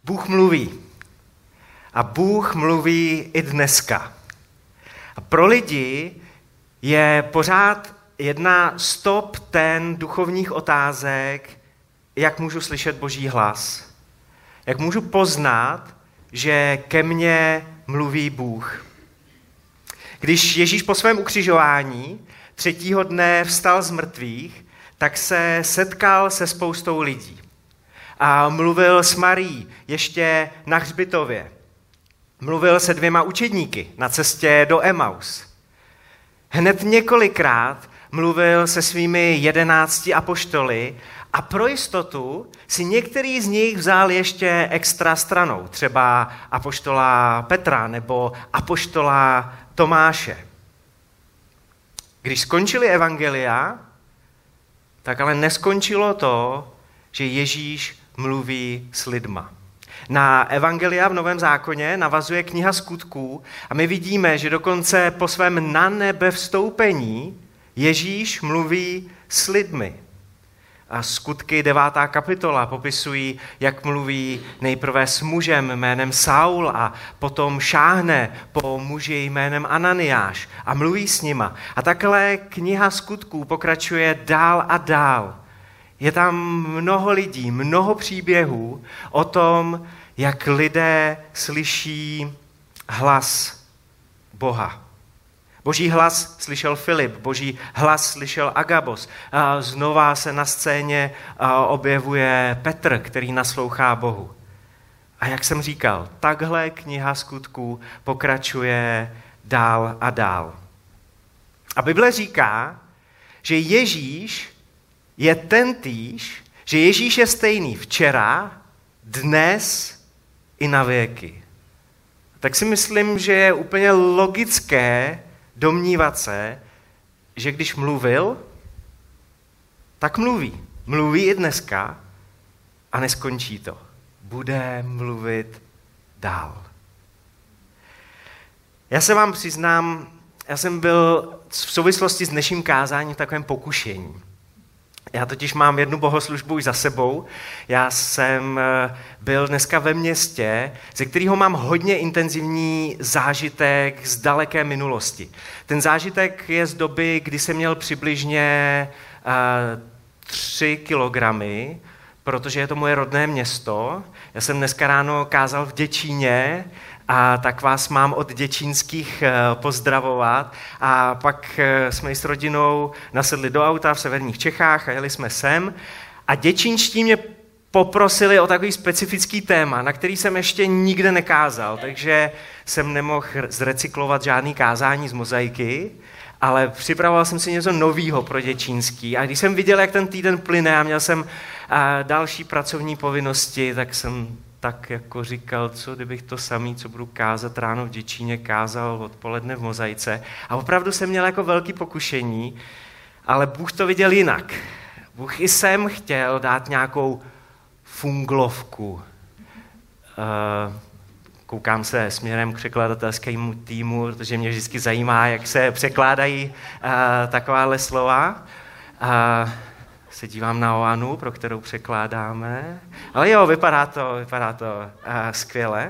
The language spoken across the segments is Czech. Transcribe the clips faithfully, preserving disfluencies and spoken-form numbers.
Bůh mluví. A Bůh mluví i dneska. A pro lidi je pořád jedna z top ten duchovních otázek, jak můžu slyšet Boží hlas. Jak můžu poznat, že ke mně mluví Bůh. Když Ježíš po svém ukřižování třetího dne vstal z mrtvých, tak se setkal se spoustou lidí. A mluvil s Marií ještě na hřbitově. Mluvil se dvěma učedníky na cestě do Emaus. Hned několikrát mluvil se svými jedenácti apoštoly a pro jistotu si některý z nich vzal ještě extra stranou, třeba apoštola Petra nebo apoštola Tomáše. Když skončili evangelia, tak ale neskončilo to, že Ježíš mluví s lidma. Na evangelia v Novém zákoně navazuje kniha Skutků a my vidíme, že dokonce po svém na nebe vstoupení Ježíš mluví s lidmi. A Skutky devátá kapitola popisují, jak mluví nejprve s mužem jménem Saul a potom šáhne po muži jménem Ananiáš a mluví s nima. A takhle kniha Skutků pokračuje dál a dál. Je tam mnoho lidí, mnoho příběhů o tom, jak lidé slyší hlas Boha. Boží hlas slyšel Filip, boží hlas slyšel Agabos. A znova se na scéně objevuje Petr, který naslouchá Bohu. A jak jsem říkal, takhle kniha Skutků pokračuje dál a dál. A Bible říká, že Ježíš je tentýž, že Ježíš je stejný včera, dnes i na věky. Tak si myslím, že je úplně logické domnívat se, že když mluvil, tak mluví. Mluví i dneska a neskončí to. Bude mluvit dál. Já se vám přiznám, já jsem byl v souvislosti s dnešním kázáním v takovém pokušení. Já totiž mám jednu bohoslužbu už za sebou. Já jsem byl dneska ve městě, ze kterého mám hodně intenzivní zážitek z daleké minulosti. Ten zážitek je z doby, kdy jsem měl přibližně uh, tři kilogramy, protože je to moje rodné město. Já jsem dneska ráno kázal v Děčíně, a tak vás mám od děčínských pozdravovat. A pak jsme i s rodinou nasedli do auta v severních Čechách a jeli jsme sem. A děčínští mě poprosili o takový specifický téma, na který jsem ještě nikde nekázal, takže jsem nemohl zrecyklovat žádný kázání z mozaiky, ale připravoval jsem si něco novýho pro děčínský. A když jsem viděl, jak ten týden plyne a měl jsem další pracovní povinnosti, tak jsem tak jako říkal, co kdybych to samý, co budu kázat ráno v Děčíně, kázal odpoledne v mozaice. A opravdu jsem měl jako velký pokušení, ale Bůh to viděl jinak. Bůh i sem chtěl dát nějakou funglovku. Koukám se směrem k překladatelskému týmu, protože mě vždycky zajímá, jak se překládají takováhle slova. Se dívám na Oanu, pro kterou překládáme. Ale jo, vypadá to, vypadá to uh, skvěle.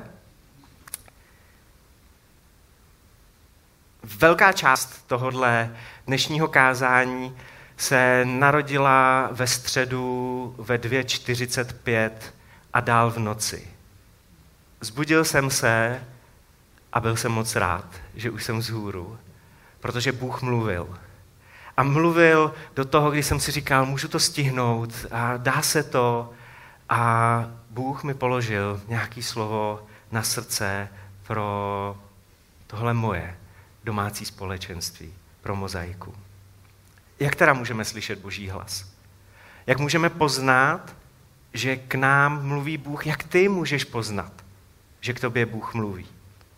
Velká část tohohle dnešního kázání se narodila ve středu ve dvě čtyřicet pět a dál v noci. Zbudil jsem se a byl jsem moc rád, že už jsem vzhůru, protože Bůh mluvil. A mluvil do toho, když jsem si říkal, můžu to stihnout a dá se to. A Bůh mi položil nějaké slovo na srdce pro tohle moje domácí společenství, pro mozaiku. Jak teda můžeme slyšet Boží hlas? Jak můžeme poznat, že k nám mluví Bůh? Jak ty můžeš poznat, že k tobě Bůh mluví?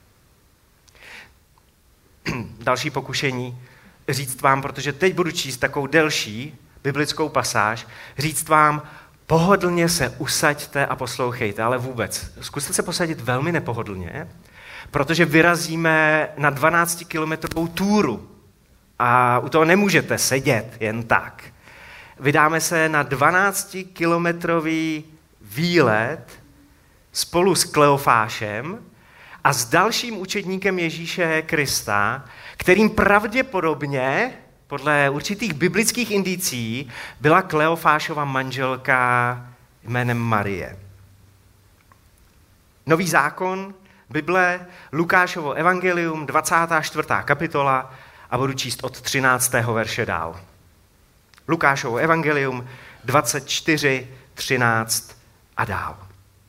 Další pokušení říct vám, protože teď budu číst takovou delší biblickou pasáž, říct vám, pohodlně se usaďte a poslouchejte, ale vůbec. Zkuste se posadit velmi nepohodlně, protože vyrazíme na dvanáctikilometrovou túru a u toho nemůžete sedět jen tak. Vydáme se na dvanáctikilometrový výlet spolu s Kleofášem a s dalším učedníkem Ježíše Krista, kterým pravděpodobně, podle určitých biblických indicí, byla Kleofášova manželka jménem Marie. Nový zákon, Bible, Lukášovo evangelium, dvacátá čtvrtá kapitola a budu číst od třináctého verše dál. Lukášovo evangelium dvacet čtyři, třináct a dál.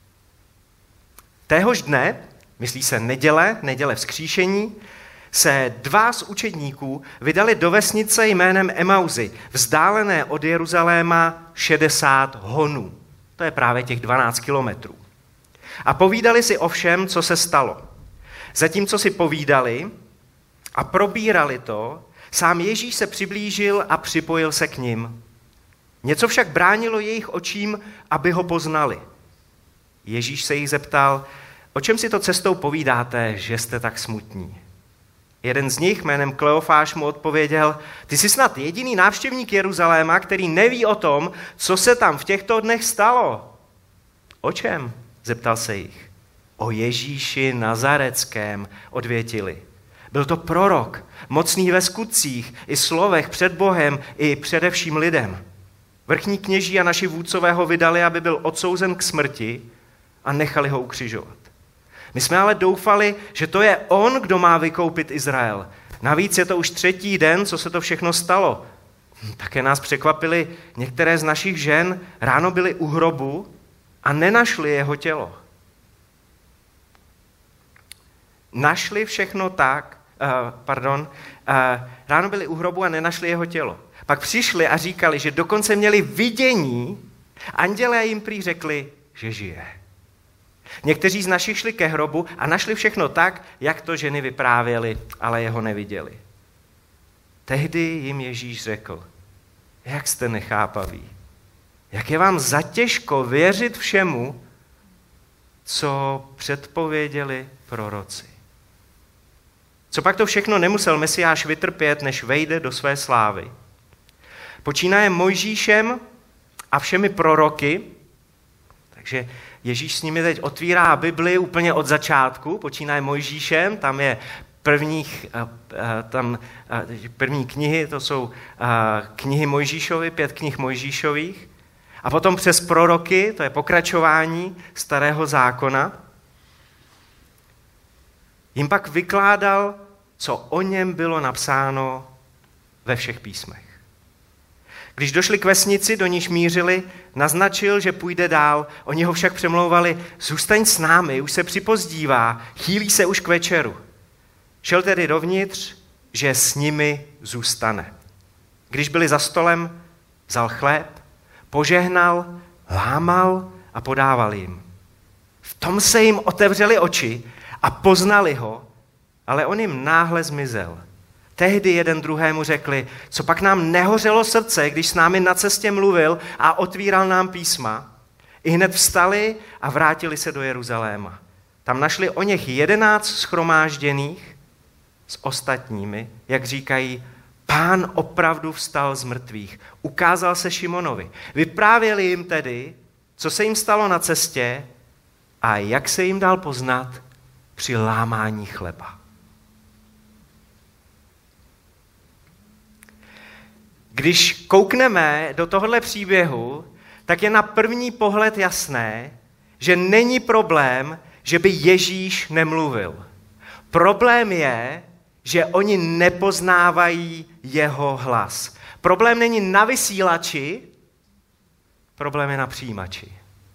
Téhož dne, myslí se neděle, neděle vzkříšení, se dva z učedníků vydali do vesnice jménem Emauzy, vzdálené od Jeruzaléma šedesát honů. To je právě těch dvanáct kilometrů. A povídali si o všem, co se stalo. Zatímco si povídali a probírali to, sám Ježíš se přiblížil a připojil se k nim. Něco však bránilo jejich očím, aby ho poznali. Ježíš se jich zeptal, o čem si to cestou povídáte, že jste tak smutní? Jeden z nich jménem Kleofáš mu odpověděl, ty jsi snad jediný návštěvník Jeruzaléma, který neví o tom, co se tam v těchto dnech stalo. O čem? Zeptal se jich. O Ježíši Nazareckém, odvětili. Byl to prorok, mocný ve skutcích, i slovech před Bohem, i především lidem. Vrchní kněží a naši vůdcové ho vydali, aby byl odsouzen k smrti a nechali ho ukřižovat. My jsme ale doufali, že to je on, kdo má vykoupit Izrael. Navíc je to už třetí den, co se to všechno stalo. Také nás překvapily některé z našich žen, ráno byly u hrobu a nenašli jeho tělo. Našli všechno tak, uh, pardon, uh, ráno byli u hrobu a nenašli jeho tělo. Pak přišli a říkali, že dokonce měli vidění, andělé jim prý řekli, že žije. Někteří z našich šli ke hrobu a našli všechno tak, jak to ženy vyprávěly, ale jeho neviděli. Tehdy jim Ježíš řekl, jak jste nechápaví, jak je vám zatěžko věřit všemu, co předpověděli proroci. Co pak to všechno nemusel Mesiáš vytrpět, než vejde do své slávy. Počínaje Mojžíšem a všemi proroky, takže Ježíš s nimi teď otvírá Bibli úplně od začátku, počínaje Mojžíšem, tam je prvních, tam první knihy, to jsou knihy Mojžíšovy, pět knih Mojžíšových, a potom přes proroky, to je pokračování starého zákona, jim pak vykládal, co o něm bylo napsáno ve všech písmech. Když došli k vesnici, do níž mířili, naznačil, že půjde dál. Oni ho však přemlouvali, zůstaň s námi, už se připozdívá, chýlí se už k večeru. Šel tedy dovnitř, že s nimi zůstane. Když byli za stolem, vzal chléb, požehnal, lámal a podával jim. V tom se jim otevřely oči a poznali ho, ale on jim náhle zmizel. Tehdy jeden druhému řekli, co pak nám nehořelo srdce, když s námi na cestě mluvil a otvíral nám písma. I hned vstali a vrátili se do Jeruzaléma. Tam našli o něch jedenáct shromážděných s ostatními, jak říkají, Pán opravdu vstal z mrtvých, ukázal se Šimonovi. Vyprávěli jim tedy, co se jim stalo na cestě a jak se jim dal poznat při lámání chleba. Když koukneme do tohohle příběhu, tak je na první pohled jasné, že není problém, že by Ježíš nemluvil. Problém je, že oni nepoznávají jeho hlas. Problém není na vysílači, problém je na přijímači.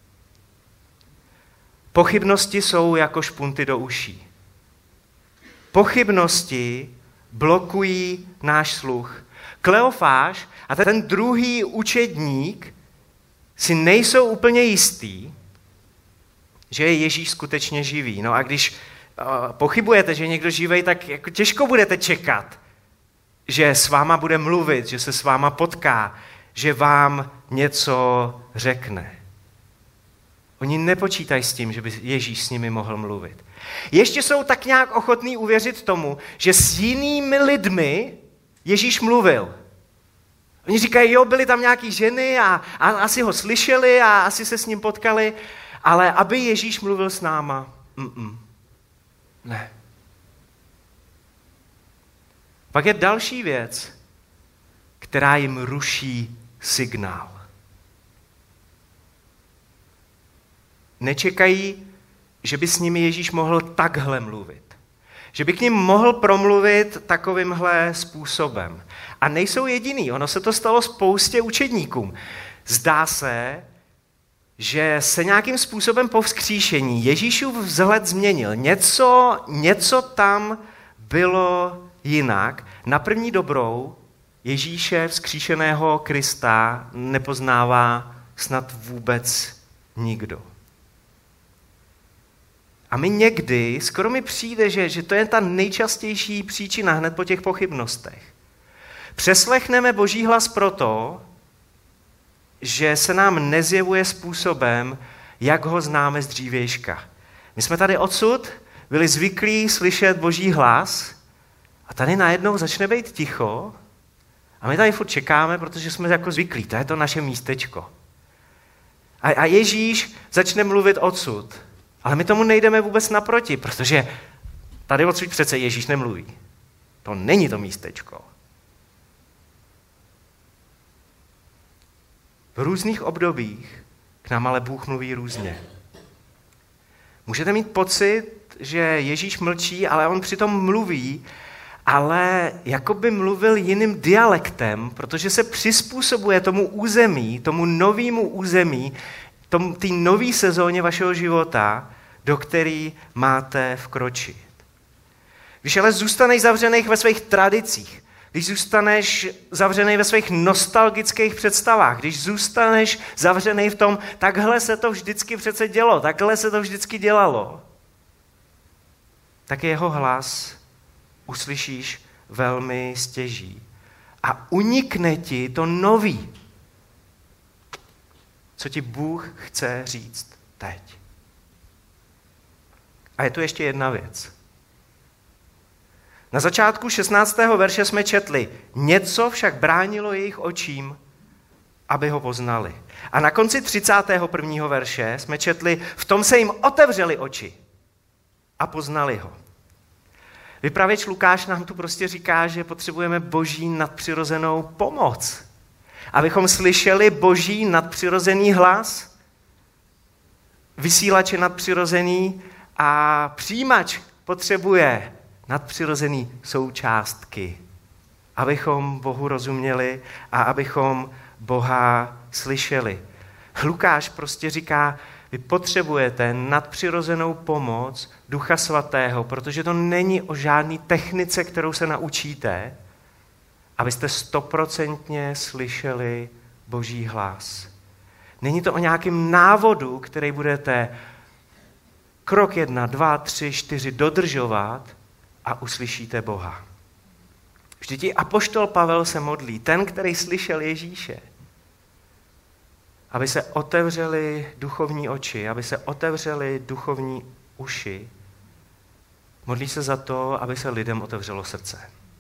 Pochybnosti jsou jako špunty do uší. Pochybnosti blokují náš sluch. Kleofáš a ten druhý učedník si nejsou úplně jistý, že je Ježíš skutečně živý. No a když uh, pochybujete, že je někdo živý, tak jako těžko budete čekat, že s váma bude mluvit, že se s váma potká, že vám něco řekne. Oni nepočítají s tím, že by Ježíš s nimi mohl mluvit. Ještě jsou tak nějak ochotní uvěřit tomu, že s jinými lidmi Ježíš mluvil. Oni říkají, jo, byly tam nějaký ženy a, a asi ho slyšeli a asi se s ním potkali, Ale aby Ježíš mluvil s náma, mm-mm. ne. Pak je další věc, která jim ruší signál. Nečekají, že by s nimi Ježíš mohl takhle mluvit. Že by k ním mohl promluvit takovýmhle způsobem. A nejsou jediný, ono se to stalo spoustě učedníkům. Zdá se, že se nějakým způsobem po vzkříšení Ježíšův vzhled změnil. Něco, něco tam bylo jinak. Na první dobrou Ježíše vzkříšeného Krista nepoznává snad vůbec nikdo. A my někdy, skoro mi přijde, že, že to je ta nejčastější příčina hned po těch pochybnostech. Přeslechneme Boží hlas proto, že se nám nezjevuje způsobem, jak ho známe z dřívějška. My jsme tady odsud byli zvyklí slyšet Boží hlas a tady najednou začne být ticho a my tady furt čekáme, protože jsme jako zvyklí, to je to naše místečko. A, a Ježíš začne mluvit odsud, ale my tomu nejdeme vůbec naproti, protože tady odsud přece Ježíš nemluví. To není to místečko. V různých obdobích k nám ale Bůh mluví různě. Můžete mít pocit, že Ježíš mlčí, ale on přitom mluví, ale jako by mluvil jiným dialektem, protože se přizpůsobuje tomu území, tomu novému území, té nové sezóně vašeho života, do které máte vkročit. Když ale zůstaneš zavřených ve svých tradicích, když zůstaneš zavřený ve svých nostalgických představách, když zůstaneš zavřený v tom, takhle se to vždycky přece dělo, takhle se to vždycky dělalo, tak jeho hlas uslyšíš velmi stěží. A unikne ti to nový, co ti Bůh chce říct teď. A je tu ještě jedna věc. Na začátku šestnáctého verše jsme četli, něco však bránilo jejich očím, aby ho poznali. A na konci třicátého prvního verše jsme četli, v tom se jim otevřely oči a poznali ho. Vypravěč Lukáš nám tu prostě říká, že potřebujeme Boží nadpřirozenou pomoc. Abychom slyšeli Boží nadpřirozený hlas, vysílač je nadpřirozený a přijímač potřebuje nadpřirozený součástky, abychom Bohu rozuměli a abychom Boha slyšeli. Lukáš prostě říká, vy potřebujete nadpřirozenou pomoc Ducha Svatého, protože to není o žádný technice, kterou se naučíte, abyste stoprocentně slyšeli Boží hlas. Není to o nějakém návodu, který budete krok jedna, dva, tři, čtyři dodržovat a uslyšíte Boha. Vždyť i apoštol Pavel se modlí, ten, který slyšel Ježíše, aby se otevřely duchovní oči, aby se otevřely duchovní uši. Modlí se za to, aby se lidem otevřelo srdce.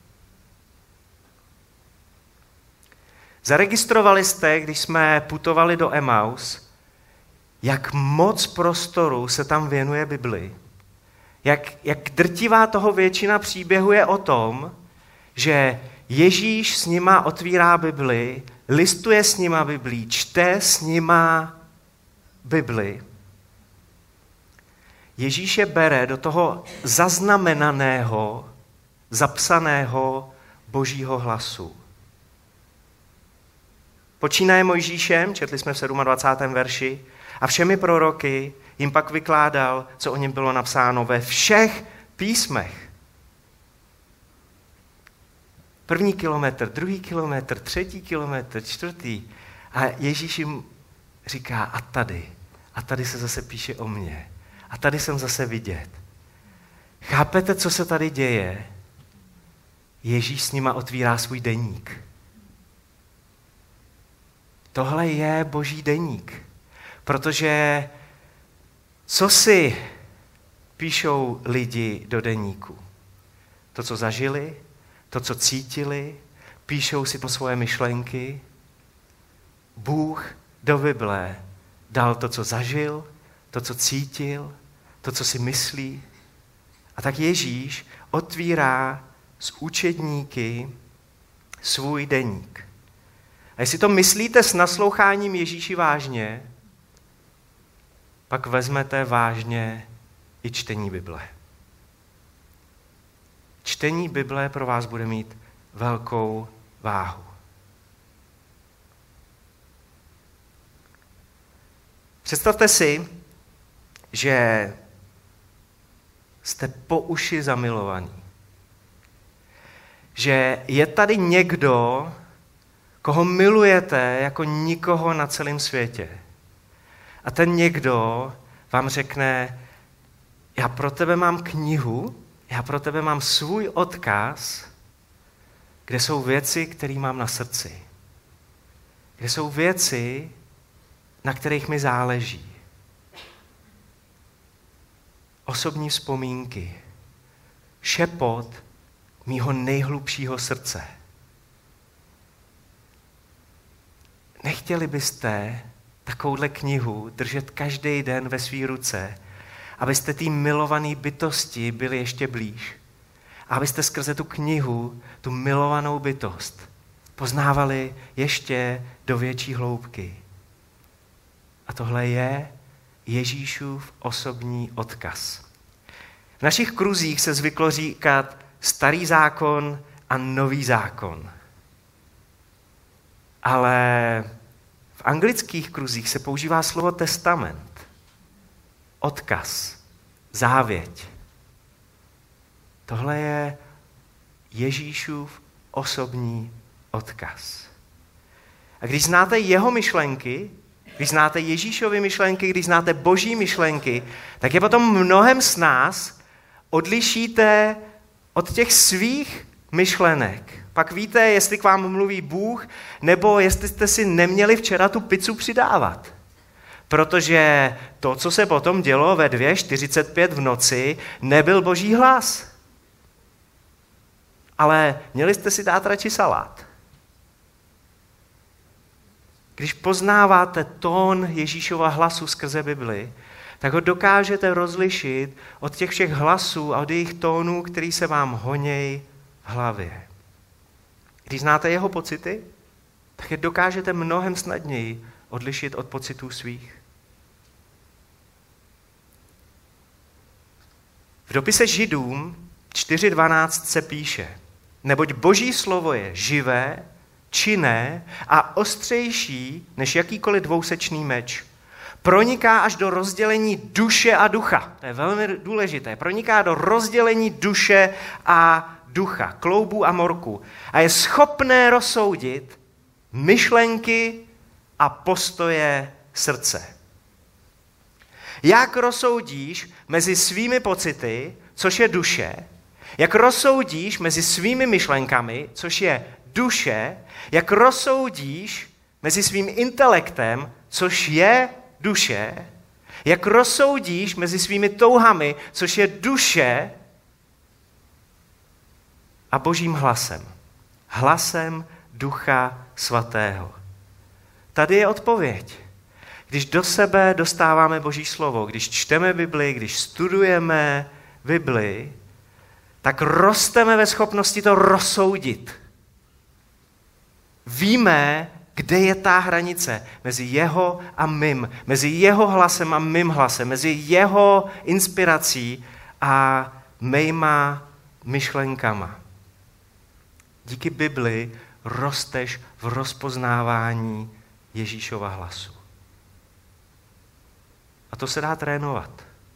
Zaregistrovali jste, když jsme putovali do Emaus, jak moc prostoru se tam věnuje Bibli. Jak, jak drtivá toho většina příběhu je o tom, že Ježíš s nima otvírá Bibli, listuje s nima Biblí, čte s nima Bibli. Ježíš je bere do toho zaznamenaného, zapsaného Božího hlasu. Počínaje Mojžíšem, četli jsme v dvacátém sedmém verši, a všemi proroky jim pak vykládal, co o něm bylo napsáno ve všech písmech. První kilometr, druhý kilometr, třetí kilometr, čtvrtý. A Ježíš jim říká, a tady, a tady se zase píše o mně. A tady jsem zase vidět. Chápete, co se tady děje? Ježíš s nima otvírá svůj deník. Tohle je Boží deník. Protože co si píšou lidi do deníku? To, co zažili, to, co cítili, píšou si tam svoje myšlenky. Bůh do Bible dal to, co zažil, to, co cítil, to, co si myslí. A tak Ježíš otvírá s učedníky svůj deník. A jestli to myslíte s nasloucháním Ježíši vážně, pak vezmete vážně i čtení Bible. Čtení Bible pro vás bude mít velkou váhu. Představte si, že jste po uši zamilovaní. Že je tady někdo, koho milujete jako nikoho na celém světě. A ten někdo vám řekne, já pro tebe mám knihu, já pro tebe mám svůj odkaz, kde jsou věci, které mám na srdci. Kde jsou věci, na kterých mi záleží. Osobní vzpomínky. Šepot mýho nejhlubšího srdce. Nechtěli byste takovouhle knihu držet každý den ve své ruce, abyste té milované bytosti byli ještě blíž. A abyste skrze tu knihu, tu milovanou bytost, poznávali ještě do větší hloubky. A tohle je Ježíšův osobní odkaz. V našich kruzích se zvyklo říkat starý zákon a nový zákon. Ale v anglických kruzích se používá slovo testament, odkaz, závěť. Tohle je Ježíšův osobní odkaz. A když znáte jeho myšlenky, když znáte Ježíšovy myšlenky, když znáte Boží myšlenky, tak je potom mnohem z nás odlišíte od těch svých myšlenek. Pak víte, jestli k vám mluví Bůh, nebo jestli jste si neměli včera tu pizzu přidávat. Protože to, co se potom dělo ve dvě čtyřicet pět v noci, nebyl Boží hlas. Ale měli jste si dát radši salát. Když poznáváte tón Ježíšova hlasu skrze Bibli, tak ho dokážete rozlišit od těch všech hlasů a od jejich tónů, který se vám honějí v hlavě. Když znáte jeho pocity, tak je dokážete mnohem snadněji odlišit od pocitů svých. V dopise Židům čtyři dvanáct se píše, neboť Boží slovo je živé, činné a ostřejší než jakýkoliv dvousečný meč. Proniká až do rozdělení duše a ducha. To je velmi důležité. Proniká do rozdělení duše a ducha, kloubů a morku. A je schopné rozsoudit myšlenky a postoje srdce. Jak rozsoudíš mezi svými pocity, což je duše, jak rozsoudíš mezi svými myšlenkami, což je duše, jak rozsoudíš mezi svým intelektem, což je duše, jak rozsoudíš mezi svými touhami, což je duše, a Božím hlasem. Hlasem Ducha Svatého. Tady je odpověď. Když do sebe dostáváme Boží slovo, když čteme Bibli, když studujeme Bibli, tak rosteme ve schopnosti to rozsoudit. Víme, kde je ta hranice mezi jeho a mým, mezi jeho hlasem a mým hlasem, mezi jeho inspirací a mýma myšlenkama. Díky Bibli rosteš v rozpoznávání Ježíšova hlasu. A to se dá trénovat.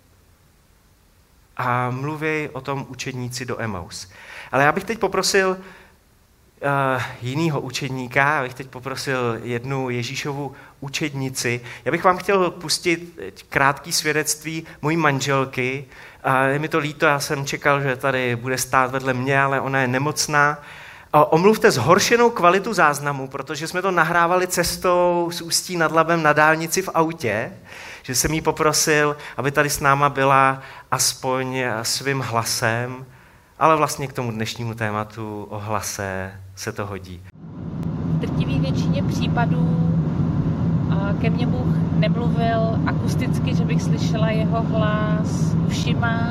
A mluví o tom učedníci do Emaus. Ale já bych teď poprosil uh, jinýho učedníka, já bych teď poprosil jednu Ježíšovu učednici. Já bych vám chtěl pustit krátký svědectví mojí manželky. Uh, je mi to líto, já jsem čekal, že tady bude stát vedle mě, ale ona je nemocná. Omluvte zhoršenou kvalitu záznamu, protože jsme to nahrávali cestou z Ústí nad Labem na dálnici v autě, že jsem jí poprosil, aby tady s náma byla aspoň svým hlasem, ale vlastně k tomu dnešnímu tématu o hlase se to hodí. V drtivé většině případů ke mně Bůh nemluvil akusticky, že bych slyšela jeho hlas ušima.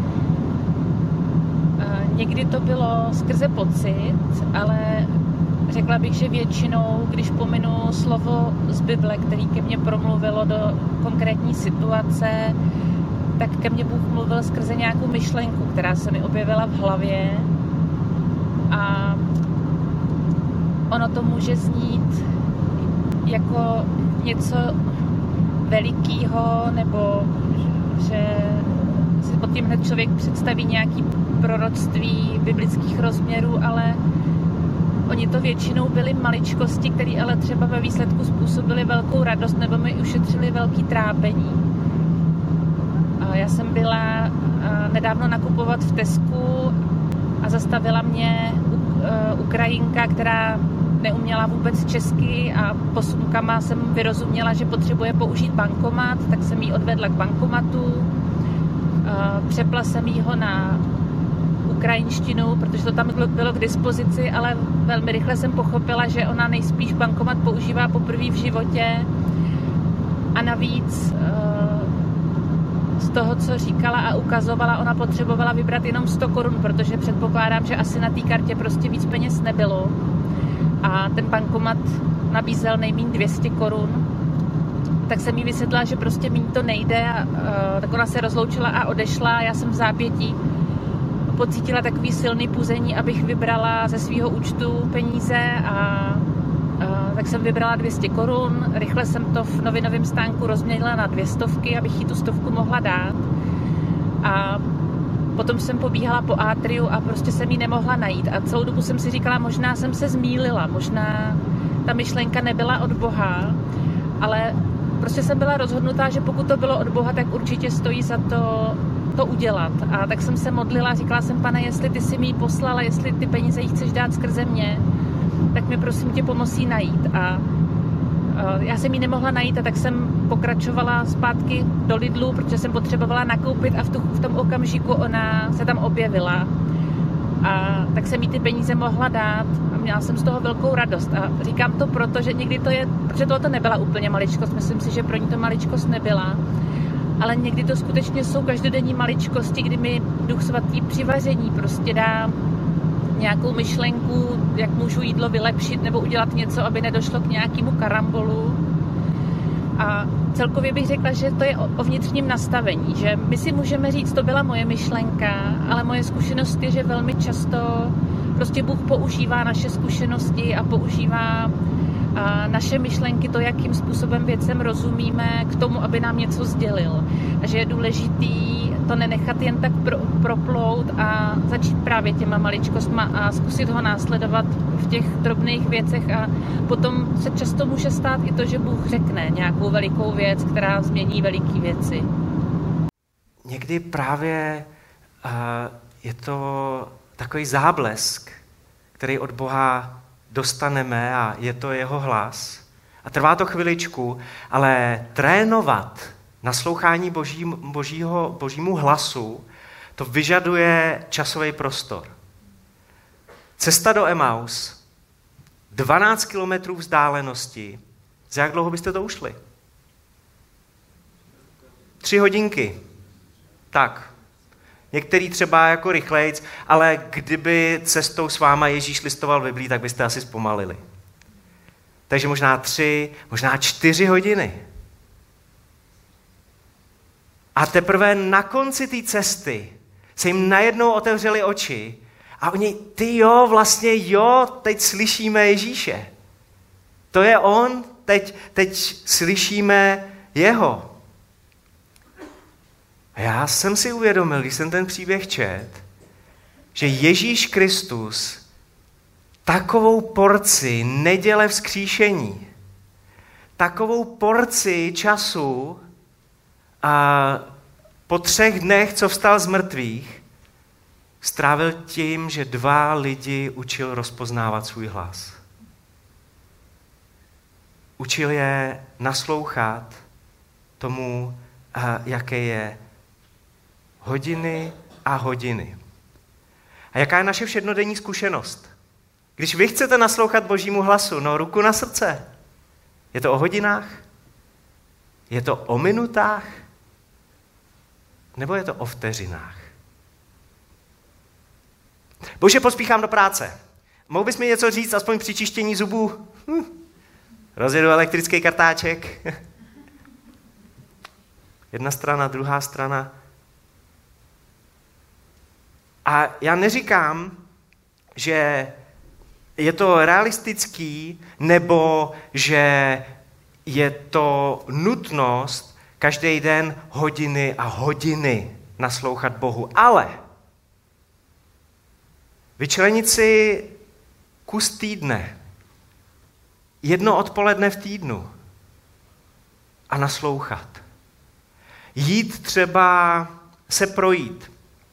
Někdy to bylo skrze pocit, ale řekla bych, že většinou, když pominu slovo z Bible, který ke mně promluvilo do konkrétní situace, tak ke mně Bůh mluvil skrze nějakou myšlenku, která se mi objevila v hlavě. A ono to může znít jako něco velikýho, nebo že si pod tím hned člověk představí nějaký proroctví biblických rozměrů, ale oni to většinou byly maličkosti, které ale třeba ve výsledku způsobily velkou radost nebo mi ušetřili velký trápení. Já jsem byla nedávno nakupovat v Tesku a zastavila mě Ukrajinka, která neuměla vůbec česky a posunkama jsem vyrozuměla, že potřebuje použít bankomat, tak jsem jí odvedla k bankomatu. Přepla jsem jí ho na ukrajinštinu, protože to tam bylo k dispozici, ale velmi rychle jsem pochopila, že ona nejspíš bankomat používá poprvé v životě a navíc z toho, co říkala a ukazovala, ona potřebovala vybrat jenom sto korun, protože předpokládám, že asi na té kartě prostě víc peněz nebylo a ten bankomat nabízel nejméně dvě stě korun. Tak jsem jí vysvětlila, že prostě míň to nejde a uh, tak ona se rozloučila a odešla. Já jsem v zápětí pocítila takový silný puzení, abych vybrala ze svého účtu peníze a uh, tak jsem vybrala dvě stě korun. Rychle jsem to v novinovém stánku rozměnila na dvě stovky, abych jí tu stovku mohla dát. A potom jsem pobíhala po atriu a prostě jsem ji nemohla najít. A celou dobu jsem si říkala, možná jsem se zmýlila, možná ta myšlenka nebyla od Boha, ale prostě jsem byla rozhodnutá, že pokud to bylo od Boha, tak určitě stojí za to to udělat. A tak jsem se modlila, říkala jsem, Pane, jestli ty jsi mi ji poslala, jestli ty peníze jí chceš dát skrze mě, tak mi prosím tě pomocí najít. A já jsem ji nemohla najít a tak jsem pokračovala zpátky do Lidlu, protože jsem potřebovala nakoupit a v, tu, v tom okamžiku ona se tam objevila. A tak jsem jí ty peníze mohla dát a měla jsem z toho velkou radost. A říkám to proto, že někdy to je, protože tohle nebyla úplně maličkost, myslím si, že pro ní to maličkost nebyla, ale někdy to skutečně jsou každodenní maličkosti, kdy mi Duch Svatý při vaření prostě dá nějakou myšlenku, jak můžu jídlo vylepšit nebo udělat něco, aby nedošlo k nějakému karambolu. A celkově bych řekla, že to je o vnitřním nastavení, že my si můžeme říct, to byla moje myšlenka, ale moje zkušenost je, že velmi často prostě Bůh používá naše zkušenosti a používá a naše myšlenky, to, jakým způsobem věcem rozumíme, k tomu, aby nám něco sdělil. A že je důležitý to nenechat jen tak pro, proplout a začít právě těma maličkostma a zkusit ho následovat v těch drobných věcech a potom se často může stát i to, že Bůh řekne nějakou velikou věc, která změní veliký věci. Někdy právě uh, je to takový záblesk, který od Boha dostaneme a je to jeho hlas. A trvá to chviličku, ale trénovat naslouchání boží, božího, božímu hlasu, to vyžaduje časový prostor. Cesta do Emaus, dvanáct kilometrů vzdálenosti. Za jak dlouho byste to ušli? Tři hodinky. Tak. Některý třeba jako rychlejc, ale kdyby cestou s váma Ježíš listoval Biblii, tak byste asi zpomalili. Takže možná tři, možná čtyři hodiny. A teprve na konci té cesty se jim najednou otevřely oči a oni, ty jo, vlastně jo, teď slyšíme Ježíše. To je on, teď, teď slyšíme jeho. A já jsem si uvědomil, když jsem ten příběh čet, že Ježíš Kristus takovou porci neděle vzkříšení, takovou porci času a po třech dnech, co vstal z mrtvých, strávil tím, že dva lidi učil rozpoznávat svůj hlas. Učil je naslouchat tomu, jaké je hodiny a hodiny. A jaká je naše všednodenní zkušenost? Když vy chcete naslouchat Božímu hlasu, no ruku na srdce. Je to o hodinách? Je to o minutách? Nebo je to o vteřinách? Bože, pospíchám do práce. Mohl bys mi něco říct, aspoň při čištění zubů? Hm. Rozjedu elektrický kartáček. Jedna strana, druhá strana. A já neříkám, že je to realistický, nebo že je to nutnost každý den hodiny a hodiny naslouchat Bohu. Ale vyčlenit si kus týdne, jedno odpoledne v týdnu a naslouchat. Jít třeba se projít.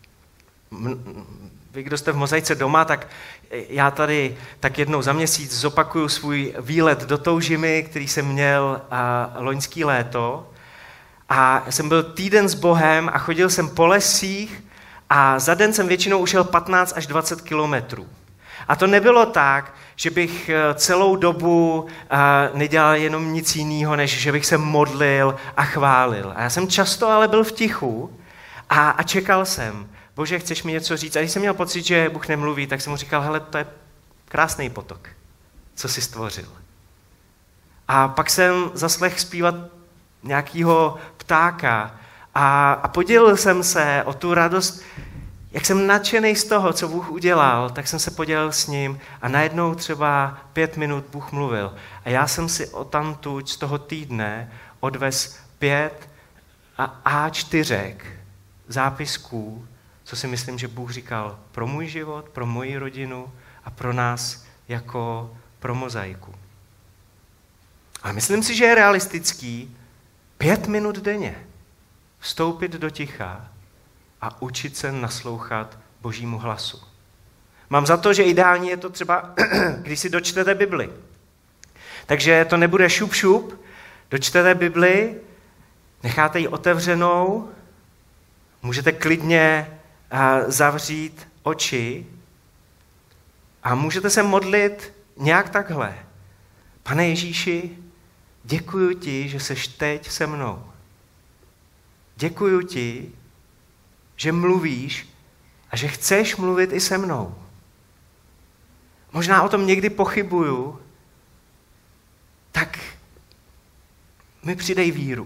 Vy, kdo jste v Mozaice doma, tak já tady tak jednou za měsíc zopakuju svůj výlet do Toužimy, který jsem měl a, loňský léto. A jsem byl týden s Bohem a chodil jsem po lesích a za den jsem většinou ušel patnáct až dvacet kilometrů. A to nebylo tak, že bych celou dobu nedělal jenom nic jiného, než že bych se modlil a chválil. A já jsem často ale byl v tichu a, a čekal jsem, Bože, chceš mi něco říct? A když jsem měl pocit, že Bůh nemluví, tak jsem mu říkal, hele, to je krásný potok, co jsi stvořil. A pak jsem zaslechl zpívat nějakého ptáka a, a podělil jsem se o tu radost. Jak jsem nadšený z toho, co Bůh udělal, tak jsem se podělil s ním a najednou třeba pět minut Bůh mluvil. A já jsem si odtamtud z toho týdne odvez pět a á čtyři zápisků, co si myslím, že Bůh říkal pro můj život, pro moji rodinu a pro nás jako pro Mozaiku. A myslím si, že je realistický pět minut denně vstoupit do ticha a učit se naslouchat Božímu hlasu. Mám za to, že ideální je to třeba, když si dočtete Bibli. Takže to nebude šup šup, dočtete Bibli, necháte ji otevřenou, můžete klidně zavřít oči a můžete se modlit nějak takhle. Pane Ježíši, děkuju ti, že seš teď se mnou. Děkuju ti, že mluvíš a že chceš mluvit i se mnou. Možná o tom někdy pochybuju, tak mi přidej víru.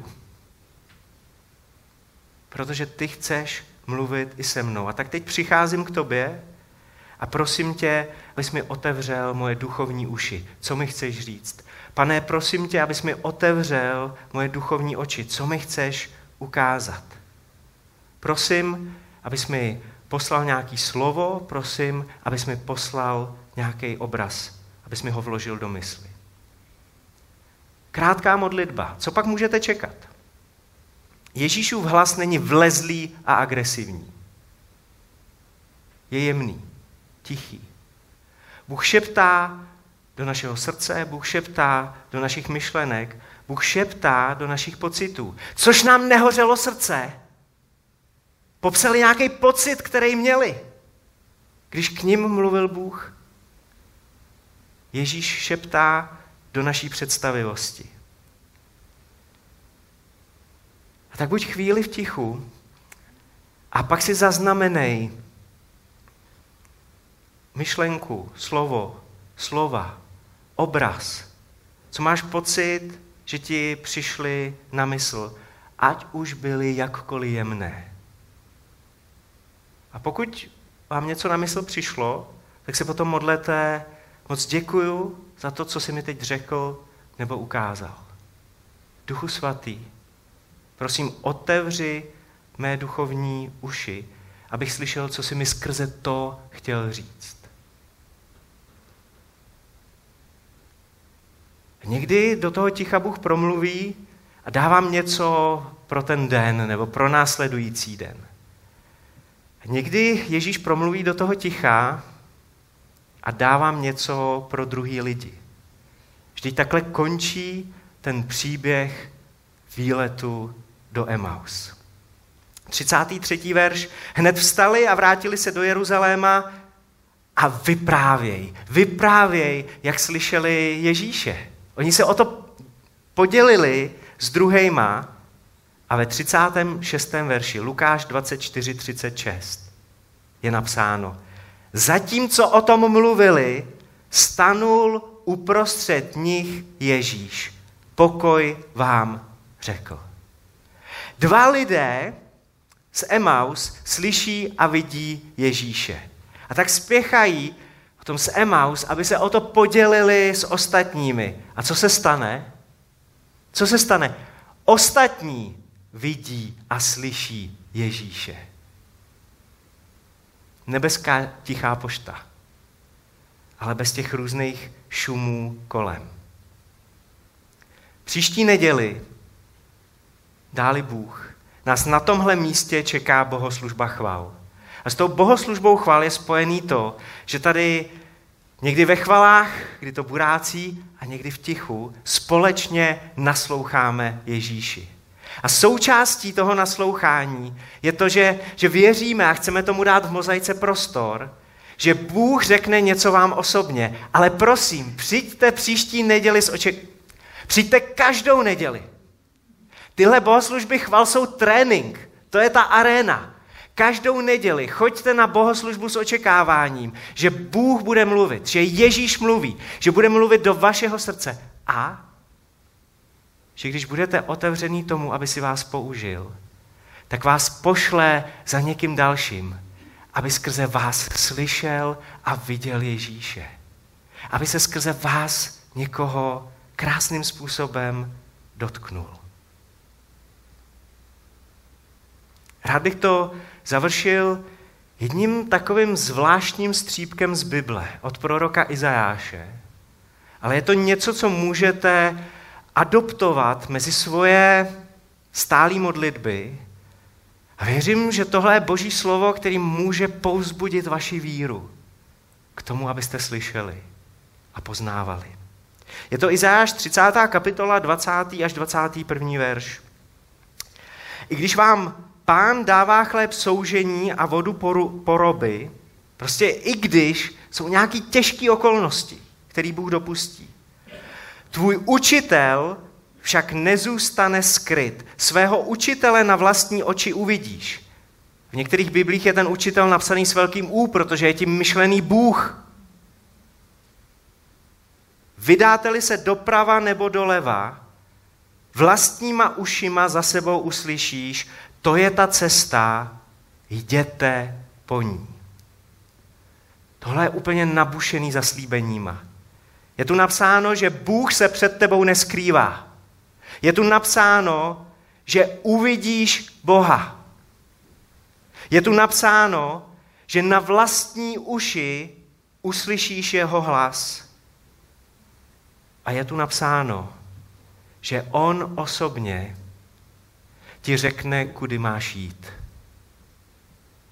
Protože ty chceš mluvit i se mnou. A tak teď přicházím k tobě a prosím tě, abys mi otevřel moje duchovní uši. Co mi chceš říct? Pane, prosím tě, abys mi otevřel moje duchovní oči. Co mi chceš ukázat? Prosím, abys mi poslal nějaký slovo, prosím, abys mi poslal nějaký obraz, abys mi ho vložil do mysli. Krátká modlitba. Co pak můžete čekat? Ježíšův hlas není vlezlý a agresivní. Je jemný, tichý. Bůh šeptá do našeho srdce, Bůh šeptá do našich myšlenek, Bůh šeptá do našich pocitů. Což nám nehořelo srdce. Popsali nějaký pocit, který měli, když k nim mluvil Bůh. Ježíš šeptá do naší představivosti. A tak buď chvíli v tichu a pak si zaznamenej myšlenku, slovo, slova, obraz. Co máš pocit, že ti přišly na mysl, ať už byly jakkoliv jemné. A pokud vám něco na mysl přišlo, tak se potom modlete, moc děkuju za to, co jsi mi teď řekl nebo ukázal. Duchu svatý, prosím, otevři mé duchovní uši, abych slyšel, co jsi mi skrze to chtěl říct. Někdy do toho ticha Bůh promluví a dávám něco pro ten den nebo pro následující den. A někdy Ježíš promluví do toho ticha a dávám něco pro druhý lidi. Vždyť takhle končí ten příběh výletu do Emaus. třicátý třetí verš. Hned vstali a vrátili se do Jeruzaléma a vyprávěj, vyprávěj, jak slyšeli Ježíše. Oni se o to podělili s druhejma a ve třicátém šestém verši Lukáš dvacet čtyři třicet šest je napsáno: zatímco o tom mluvili, stanul uprostřed nich Ježíš. Pokoj vám řekl. Dva lidé z Emaus slyší a vidí Ježíše. A tak spěchají potom z Emaus, aby se o to podělili s ostatními. A co se stane? Co se stane? Ostatní vidí a slyší Ježíše. Nebeská tichá pošta, ale bez těch různých šumů kolem. Příští neděli, dáli Bůh, nás na tomhle místě čeká bohoslužba chval. A s tou bohoslužbou chval je spojený to, že tady někdy ve chvalách, kdy to burácí, a někdy v tichu společně nasloucháme Ježíši. A součástí toho naslouchání je to, že, že věříme a chceme tomu dát v mozaice prostor, že Bůh řekne něco vám osobně, ale prosím, přijďte příští neděli s oček... Přijďte každou neděli. Tyhle bohoslužby chval jsou trénink, to je ta aréna. Každou neděli choďte na bohoslužbu s očekáváním, že Bůh bude mluvit, že Ježíš mluví, že bude mluvit do vašeho srdce a že když budete otevřený tomu, aby si vás použil, tak vás pošle za někým dalším, aby skrze vás slyšel a viděl Ježíše. Aby se skrze vás někoho krásným způsobem dotknul. Rád bych to završil jedním takovým zvláštním střípkem z Bible od proroka Izajáše. Ale je to něco, co můžete adoptovat mezi svoje stálé modlitby. A věřím, že tohle je Boží slovo, který může povzbudit vaši víru k tomu, abyste slyšeli a poznávali. Je to Izajáš třicátá kapitola dvacátý až dvacátý první verš. I když vám Pán dává chléb soužení a vodu poroby, prostě i když jsou nějaké těžké okolnosti, které Bůh dopustí. Tvůj učitel však nezůstane skryt. Svého učitele na vlastní oči uvidíš. V některých biblích je ten učitel napsaný s velkým U, protože je tím myšlený Bůh. Vydáte-li se doprava nebo doleva, vlastníma ušima za sebou uslyšíš, to je ta cesta, jděte po ní. Tohle je úplně nabušený zaslíbeníma. Je tu napsáno, že Bůh se před tebou neskrývá. Je tu napsáno, že uvidíš Boha. Je tu napsáno, že na vlastní uši uslyšíš jeho hlas. A je tu napsáno, že on osobně ti řekne, kudy máš jít.